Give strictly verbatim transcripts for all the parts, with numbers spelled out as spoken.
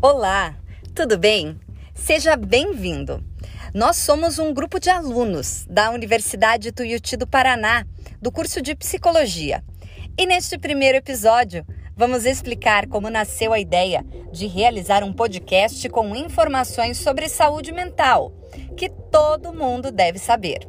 Olá, tudo bem? Seja bem-vindo! Nós somos um grupo de alunos da Universidade Tuiuti do Paraná, do curso de Psicologia. E neste primeiro episódio, vamos explicar como nasceu a ideia de realizar um podcast com informações sobre saúde mental, que todo mundo deve saber.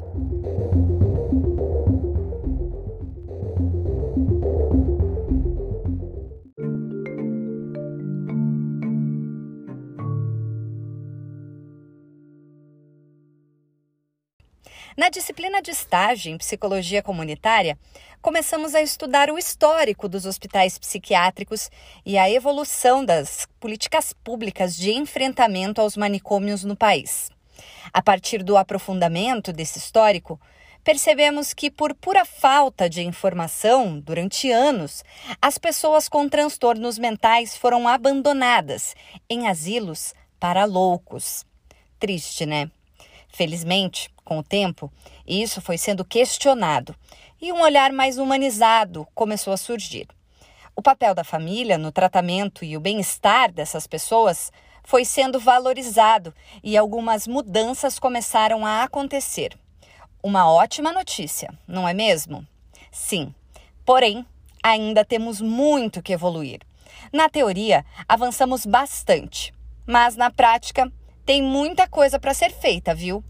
Na disciplina de estágio em Psicologia Comunitária, começamos a estudar o histórico dos hospitais psiquiátricos e a evolução das políticas públicas de enfrentamento aos manicômios no país. A partir do aprofundamento desse histórico, percebemos que, por pura falta de informação, durante anos, as pessoas com transtornos mentais foram abandonadas em asilos para loucos. Triste, né? Felizmente, com o tempo, isso foi sendo questionado e um olhar mais humanizado começou a surgir. O papel da família no tratamento e o bem-estar dessas pessoas foi sendo valorizado e algumas mudanças começaram a acontecer. Uma ótima notícia, não é mesmo? Sim, porém, ainda temos muito que evoluir. Na teoria, avançamos bastante, mas na prática, tem muita coisa para ser feita, viu?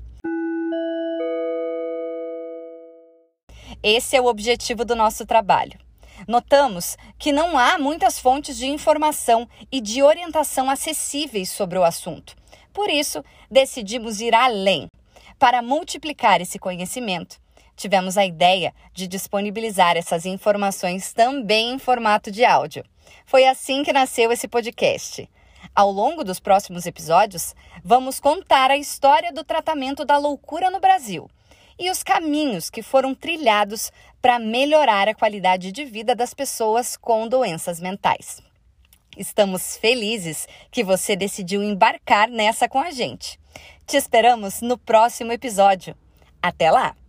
Esse é o objetivo do nosso trabalho. Notamos que não há muitas fontes de informação e de orientação acessíveis sobre o assunto. Por isso, decidimos ir além. Para multiplicar esse conhecimento, tivemos a ideia de disponibilizar essas informações também em formato de áudio. Foi assim que nasceu esse podcast. Ao longo dos próximos episódios, vamos contar a história do tratamento da loucura no Brasil e os caminhos que foram trilhados para melhorar a qualidade de vida das pessoas com doenças mentais. Estamos felizes que você decidiu embarcar nessa com a gente. Te esperamos no próximo episódio. Até lá!